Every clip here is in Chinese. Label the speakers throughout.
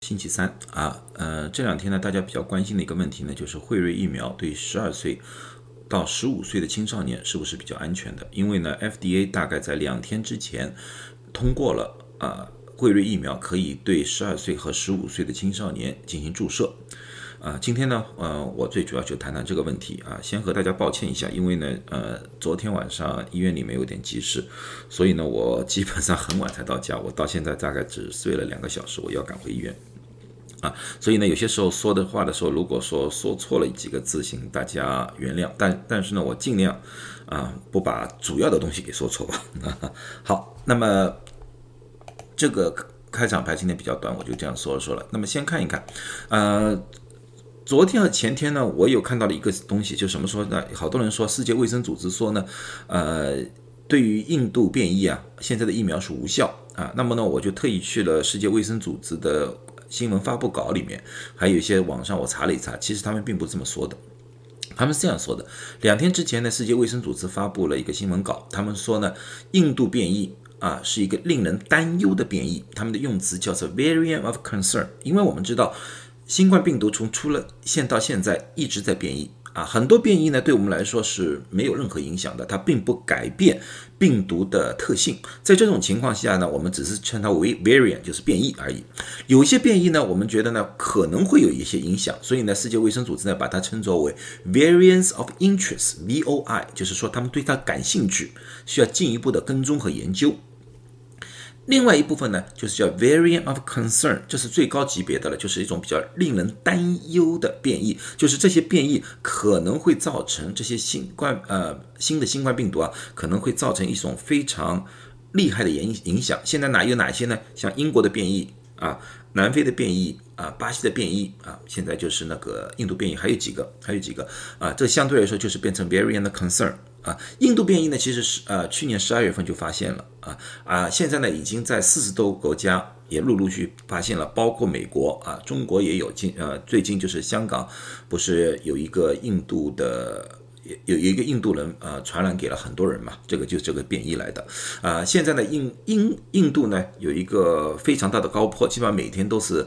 Speaker 1: 星期三这两天呢，大家比较关心的一个问题呢，就是辉瑞疫苗对12岁到15岁的青少年是不是比较安全的？因为呢 ，FDA 大概在2天之前通过了辉瑞疫苗可以对12岁和15岁的青少年进行注射。今天呢，我最主要就谈谈这个问题啊。先和大家抱歉一下，因为呢，昨天晚上医院里面有点急事，所以呢，我基本上很晚才到家，我到现在大概只睡了2个小时，我要赶回医院。所以呢，有些时候说的话的时候，如果说错了几个字，请大家原谅。但是呢，我尽量不把主要的东西给说错吧。好，那么这个开场白今天比较短，我就这样说了。那么先看一看，昨天和前天呢，我有看到了一个东西，就什么说呢？好多人说世界卫生组织说呢，对于印度变异现在的疫苗是无效那么呢，我就特意去了世界卫生组织的新闻发布稿里面，还有一些网上我查了一查，其实他们并不是这么说的。他们是这样说的：2天之前呢，世界卫生组织发布了一个新闻稿，他们说呢，印度变异是一个令人担忧的变异，他们的用词叫做 variant of concern， 因为我们知道新冠病毒从出了现到现在一直在变异很多变异呢对我们来说是没有任何影响的，它并不改变病毒的特性。在这种情况下呢，我们只是称它为 variant， 就是变异而已。有一些变异呢，我们觉得呢可能会有一些影响，所以呢，世界卫生组织呢把它称作为 variants of interest (VOI)， 就是说他们对它感兴趣，需要进一步的跟踪和研究。另外一部分呢，就是叫 variant of concern， 这是最高级别的了，就是一种比较令人担忧的变异，就是这些变异可能会造成这些新的新冠病毒可能会造成一种非常厉害的影响。现在有哪些呢？像英国的变异南非的变异巴西的变异现在就是那个印度变异，还有几个这相对来说就是变成 variant of concern。印度变异呢，其实是去年12月份就发现了现在呢已经在40多个国家也陆陆续发现了，包括美国中国也有最近就是香港不是有一个印度人传染给了很多人嘛，这个就是这个变异来的现在呢印度呢有一个非常大的高坡，基本上每天都是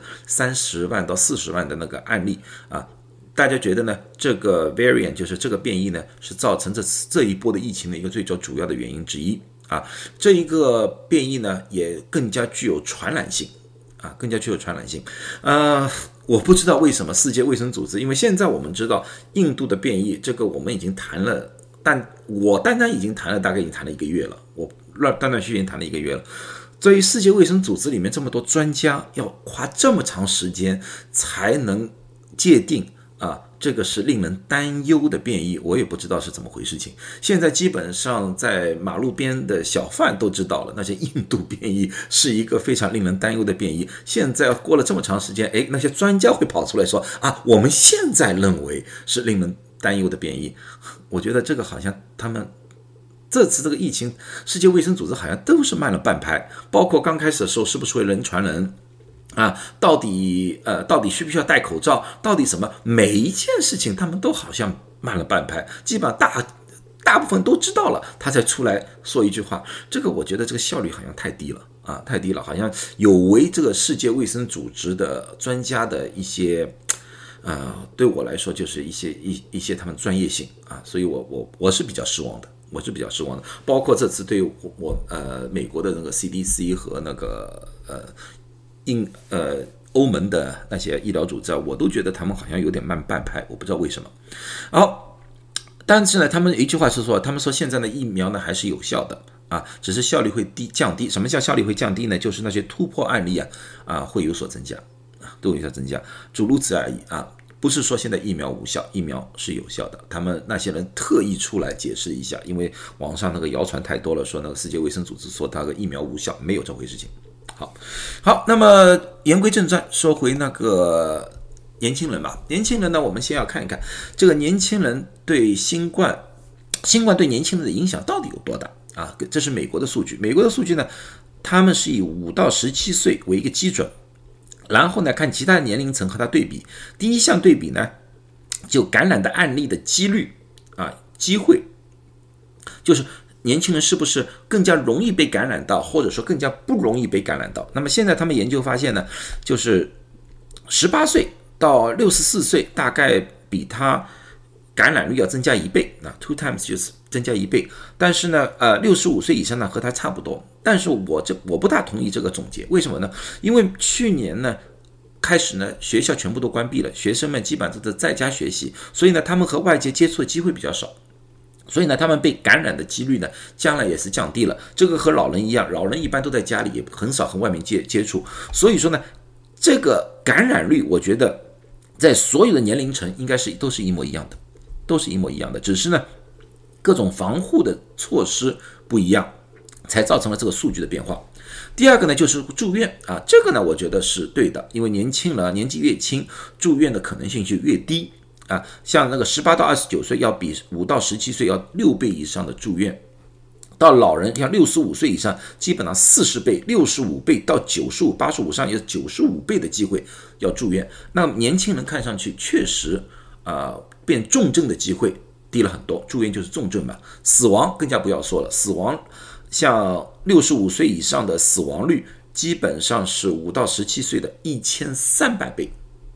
Speaker 1: 30万到40万的那个案例大家觉得呢，这个 variant 就是这个变异呢，是造成这一波的疫情的一个最主要的原因之一这一个变异呢，也更加具有传染性我不知道为什么世界卫生组织，因为现在我们知道印度的变异，这个我们已经谈了，但我单单已经谈了大概已经谈了1个月了，我断断续续已经谈了1个月了。所以世界卫生组织里面这么多专家，要花这么长时间才能界定这个是令人担忧的变异，我也不知道是怎么回事情。现在基本上在马路边的小贩都知道了，那些印度变异是一个非常令人担忧的变异。现在过了这么长时间，那些专家会跑出来说我们现在认为是令人担忧的变异。我觉得这个好像他们这次这个疫情，世界卫生组织好像都是慢了半拍，包括刚开始的时候是不是会人传人到底需不需要戴口罩？到底什么？每一件事情他们都好像慢了半拍，基本上大部分都知道了，他才出来说一句话。这个我觉得这个效率好像太低了太低了，好像有违这个世界卫生组织的专家的一些对我来说就是一些他们专业性所以我是比较失望的。包括这次对我美国的那个 CDC 和那个欧盟的那些医疗组织我都觉得他们好像有点慢半拍，我不知道为什么。好，但是呢，他们一句话是说，他们说现在的疫苗呢还是有效的只是效率会降低。什么叫效率会降低呢？就是那些突破案例会有所增加都有所增加，诸如此而已不是说现在疫苗无效，疫苗是有效的。他们那些人特意出来解释一下，因为网上那个谣传太多了，说那个世界卫生组织说那个疫苗无效，没有这回事情。好，那么言归正传，说回那个年轻人吧。年轻人呢，我们先要看一看这个年轻人对新冠对年轻人的影响到底有多大这是美国的数据。美国的数据呢，他们是以5到17岁为一个基准，然后呢看其他的年龄层和它对比。第一项对比呢，就感染的案例的几率机会，就是年轻人是不是更加容易被感染到，或者说更加不容易被感染到。那么现在他们研究发现呢，就是 18岁到64岁大概比他感染率要增加1倍，2 times 就是增加1倍。但是呢，65岁以上呢和他差不多。但是我不大同意这个总结，为什么呢？因为去年呢开始呢，学校全部都关闭了，学生们基本上都在家学习，所以呢，他们和外界接触的机会比较少。所以呢，他们被感染的几率呢，将来也是降低了。这个和老人一样，老人一般都在家里，也很少和外面接触。所以说呢，这个感染率，我觉得在所有的年龄层应该是都是一模一样的，都是一模一样的。只是呢，各种防护的措施不一样，才造成了这个数据的变化。第二个呢，就是住院啊，这个呢，我觉得是对的，因为年轻人年纪越轻，住院的可能性就越低。像那个18到29岁要比5到17岁要6倍以上的住院，到老人像65岁以上，基本上40倍、65倍到95、85上有95倍的机会要住院。那年轻人看上去确实变重症的机会低了很多，住院就是重症嘛。死亡更加不要说了，死亡像65岁以上的死亡率基本上是5到17岁的1300倍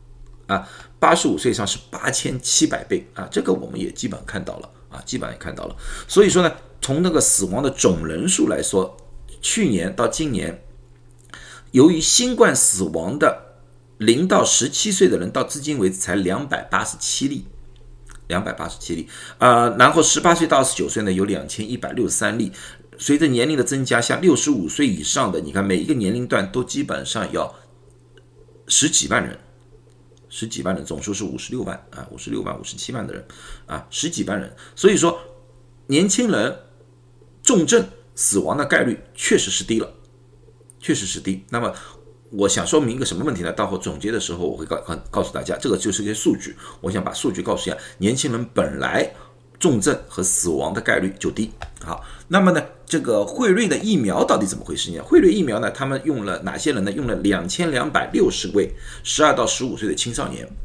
Speaker 1: 85岁以上是8700倍这个我们也基本看到了基本也看到了。所以说呢，从那个死亡的总人数来说，去年到今年，由于新冠死亡的0到17岁的人，到至今为止才287例，287例然后18岁到29岁呢有2163例。随着年龄的增加，像65岁以上的，你看每一个年龄段都基本上要十几万人，总数是56万56万57万的人十几万人。所以说年轻人重症死亡的概率确实是低了，确实是低。那么我想说明一个什么问题呢？到后总结的时候我会告诉大家，这个就是一些数据，我想把数据告诉一下，年轻人本来重症和死亡的概率就低。好，那么呢，这个辉瑞的疫苗到底怎么回事呢？辉瑞疫苗呢，他们用了哪些人呢？用了2260位12到15岁的青少年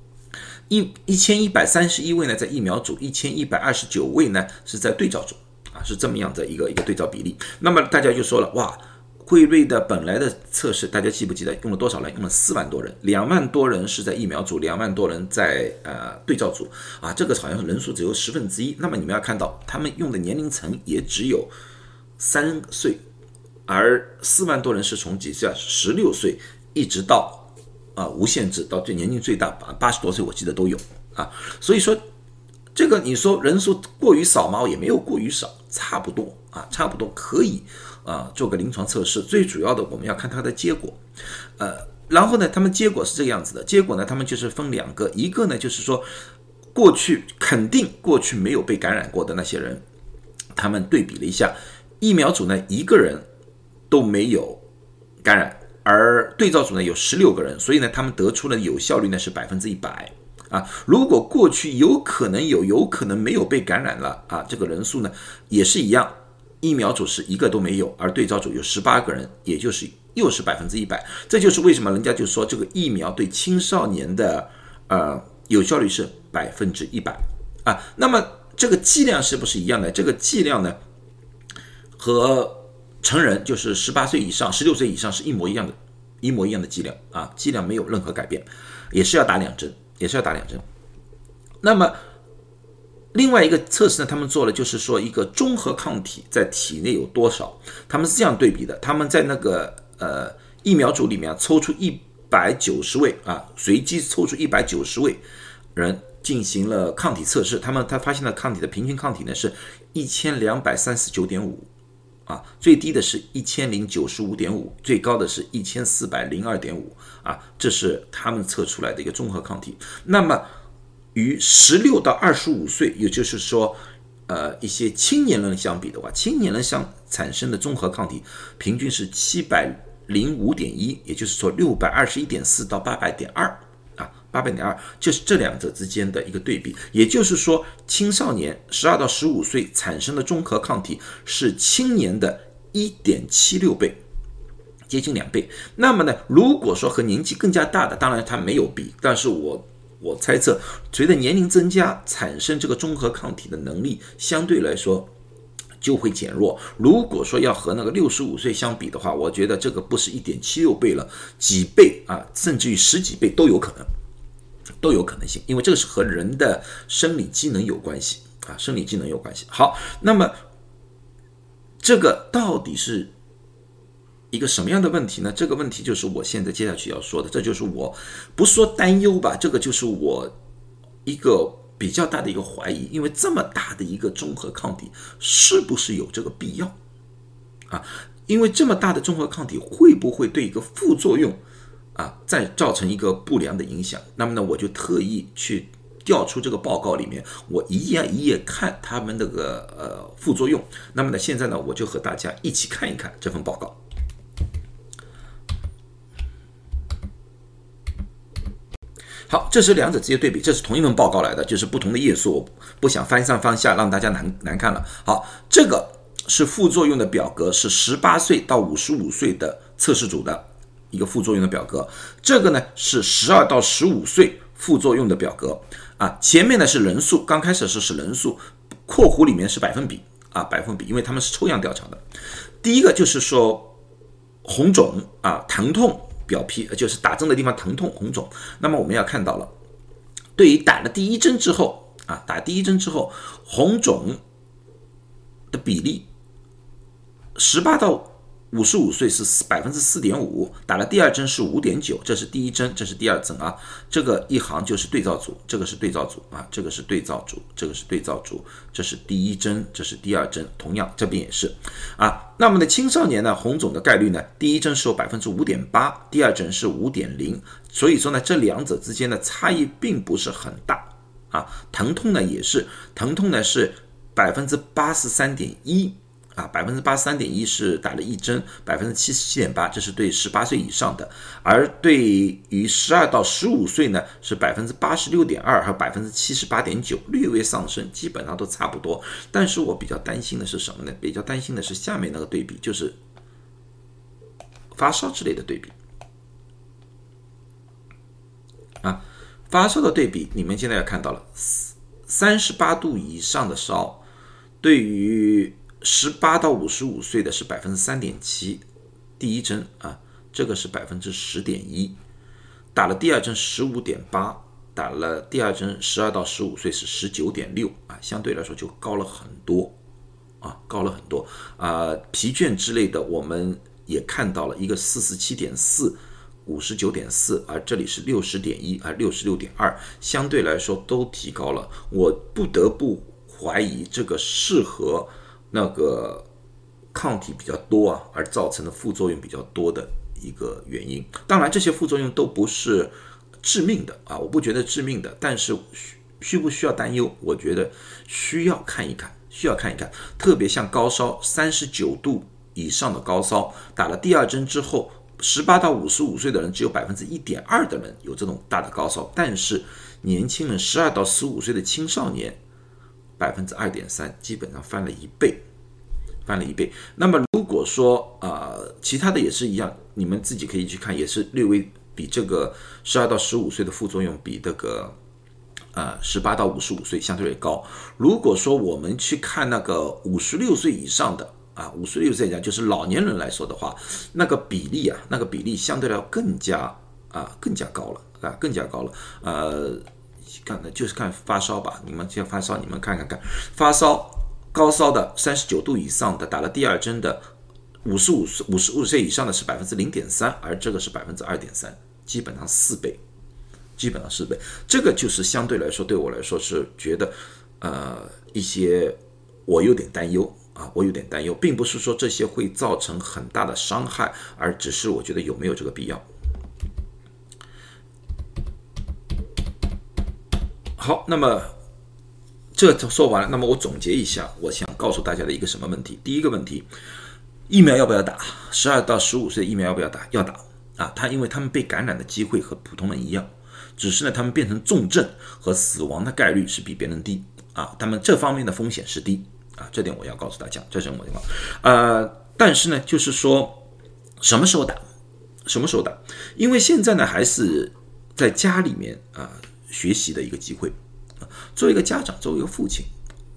Speaker 1: ，1131位呢在疫苗组，1129位呢是在对照组是这么样的一个对照比例。那么大家就说了，哇，辉瑞的本来的测试，大家记不记得用了多少人？用了4万多人，2万多人是在疫苗组，2万多人在对照组这个好像人数只有1/10。那么你们要看到，他们用的年龄层也只有3岁，而4万多人是从几岁16岁一直到无限制，到最年龄最大80多岁，我记得都有所以说这个你说人数过于少吗？也没有过于少，差不多差不多可以做个临床测试。最主要的我们要看它的结果然后呢，他们结果是这个样子的。结果呢，他们就是分2个，一个呢就是说肯定过去没有被感染过的那些人，他们对比了一下，疫苗组呢1个人都没有感染，而对照组呢有16个人，所以呢他们得出了有效率呢是100%如果过去有可能有可能没有被感染了这个人数呢也是一样，疫苗组是1个都没有，而对照组有18个人，也就是又是100%。这就是为什么人家就说这个疫苗对青少年的有效率是100%那么这个剂量是不是一样的？这个剂量呢和成人就是18岁以上、16岁以上是一模一样的剂量剂量没有任何改变，也是要打2针。那么另外一个测试呢，他们做了就是说一个中和抗体在体内有多少，他们是这样对比的。他们在那个疫苗组里面抽出190位随机抽出190位人进行了抗体测试，他发现了抗体的平均抗体呢是1239.5最低的是1095.5，最高的是1402.5这是他们测出来的一个综合抗体。那么与16到25岁，也就是说一些青年人相比的话，青年人产生的综合抗体平均是705.1，也就是说621.4到800.2800.2，就是这2者之间的一个对比。也就是说青少年12到15岁产生的综合抗体是青年的 1.76 倍，接近2倍。那么呢，如果说和年纪更加大的，当然它没有比，但是我猜测随着年龄增加，产生这个综合抗体的能力相对来说就会减弱。如果说要和那个65岁相比的话，我觉得这个不是 1.76 倍了，几倍啊，甚至于10几倍都有可能，都有可能性，因为这个是和人的生理机能有关系啊，生理机能有关系。好，那么这个到底是一个什么样的问题呢？这个问题就是我现在接下去要说的，这就是我不说担忧吧，这个就是我一个比较大的一个怀疑，因为这么大的一个综合抗体是不是有这个必要啊？因为这么大的综合抗体会不会对一个副作用啊再造成一个不良的影响？那么呢，我就特意去调出这个报告里面，我一页一页看他们那个副作用。那么呢，现在呢，我就和大家一起看一看这份报告。好，这是两者直接对比，这是同一份报告来的，就是不同的页数，我不想翻上翻下让大家难看了。好，这个是副作用的表格，是18岁到55岁的测试组的一个副作用的表格。这个呢是12到15岁副作用的表格啊。前面呢是人数，刚开始是人数，括弧里面是百分比啊，百分比，因为他们是抽样调查的。第一个就是说红肿啊，疼痛。表皮就是打针的地方疼痛红肿，那么我们要看到了，对于打了第一针之后啊，打第一针之后红肿的比例，18到55岁是 4.5%， 打了第二针是 5.9%， 这是第一针，这是第二针啊。这个一行就是对照组，这个是对照组啊，这个是对照组，这个是对照组，这是第一针，这是第二针，同样这边也是啊。那么呢，青少年呢红肿的概率呢，第一针是有 5.8%， 第二针是 5.0%， 所以说呢，这两者之间的差异并不是很大啊。疼痛呢也是，疼痛呢是 83.1%。啊，83.1%是打了一针，77.8%这是对18岁以上的，而对于12到15岁呢是 86.2% 和 78.9%， 略微上升，基本上都差不多。但是我比较担心的是什么呢？比较担心的是下面那个对比，就是发烧之类的对比啊，发烧的对比，你们现在要看到了，38度以上的烧，对于18到55岁的是 3.7%， 第一针啊，这个是 10.1%， 打了第二针 15.8%， 打了第二针12到15岁是 19.6%， 啊，相对来说就高了很多啊，高了很多啊。疲倦之类的我们也看到了，一个 47.4%， 59.4%， 而这里是 60.1%， 而 66.2%， 相对来说都提高了。我不得不怀疑这个是和那个抗体比较多啊，而造成的副作用比较多的一个原因。当然，这些副作用都不是致命的啊，我不觉得致命的，但是需不需要担忧？我觉得需要看一看，需要看一看。特别像高烧39度以上的高烧，打了第二针之后，18到55岁的人只有 1.2% 的人有这种大的高烧，但是年轻人12到15岁的青少年2.3%，基本上翻了一倍，翻了一倍。那么如果说其他的也是一样，你们自己可以去看，也是略微比这个12到15岁的副作用比这个18到55岁相对高。如果说我们去看那个56岁以上的56岁以上就是老年人来说的话，那个比例相对来说更加高了啊，更加高了。就是看发烧吧，你们现在发烧，你们看发烧高烧的39度以上的，打了第二针的55岁以上的是 0.3%， 而这个是 2.3%， 基本上4倍，这个就是相对来说对我来说是觉得一些我有点担忧啊，并不是说这些会造成很大的伤害，而只是我觉得有没有这个必要。好，那么这说完了，那么我总结一下，我想告诉大家的一个什么问题？第一个问题，疫苗要不要打？12到15岁疫苗要不要打？要打啊！因为他们被感染的机会和普通人一样，只是呢，他们变成重症和死亡的概率是比别人低啊，他们这方面的风险是低啊，这点我要告诉大家，但是呢，就是说什么时候打？因为现在呢，还是在家里面学习的一个机会。作为一个家长，作为一个父亲，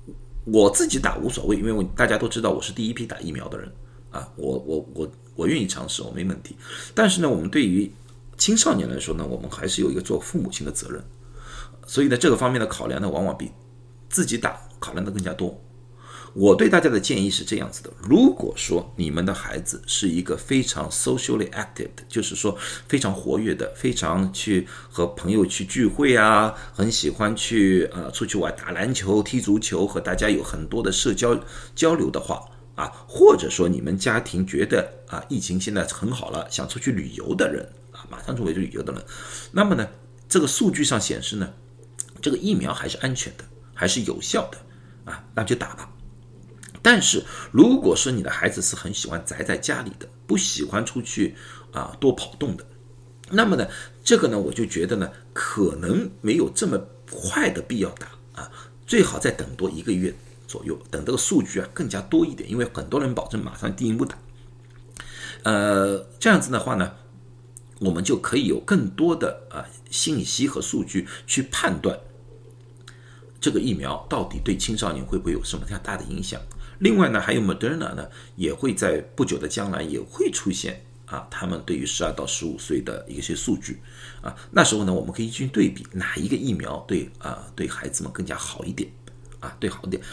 Speaker 1: 我自己打无所谓，因为大家都知道我是第一批打疫苗的人啊，我愿意尝试，我没问题。但是呢，我们对于青少年来说呢，我们还是有一个做父母亲的责任，所以呢，这个方面的考量呢，往往比自己打考量的更加多。我对大家的建议是这样子的：如果说你们的孩子是一个非常 socially active 的，就是说非常活跃的，非常去和朋友去聚会啊，很喜欢去出去玩打篮球、踢足球，和大家有很多的社交交流的话啊，或者说你们家庭觉得疫情现在很好了，想出去旅游的人啊，马上出去旅游的人，那么呢，这个数据上显示呢，这个疫苗还是安全的，还是有效的啊，那就打吧。但是如果说你的孩子是很喜欢宅在家里的，不喜欢出去多跑动的，那么呢，这个呢，我就觉得呢，可能没有这么快的必要打啊，最好再等多1个月左右，等这个数据更加多一点，因为很多人保证马上第一步打，这样子的话呢，我们就可以有更多的信息和数据去判断这个疫苗到底对青少年会不会有什么样大的影响。另外呢，还有 Moderna 呢，也会在不久的将来也会出现他们对于12到15岁的一些数据那时候呢，我们可以去对比哪一个疫苗对孩子们更加好一点对好一点。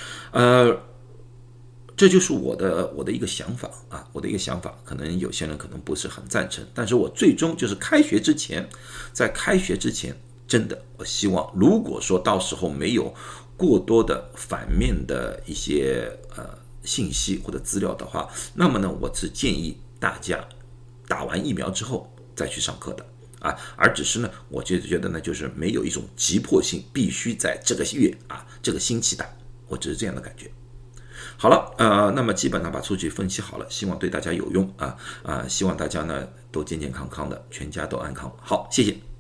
Speaker 1: 这就是我的一个想法我的一个想法，可能有些人可能不是很赞成，但是我最终就是在开学之前，真的我希望，如果说到时候没有过多的反面的一些信息或者资料的话，那么呢，我是建议大家打完疫苗之后再去上课的而只是呢，我觉得呢，就是没有一种急迫性，必须在这个月这个星期打，我只是这样的感觉。好了，那么基本上把数据分析好了，希望对大家有用希望大家呢都健健康康的，全家都安康。好，谢谢。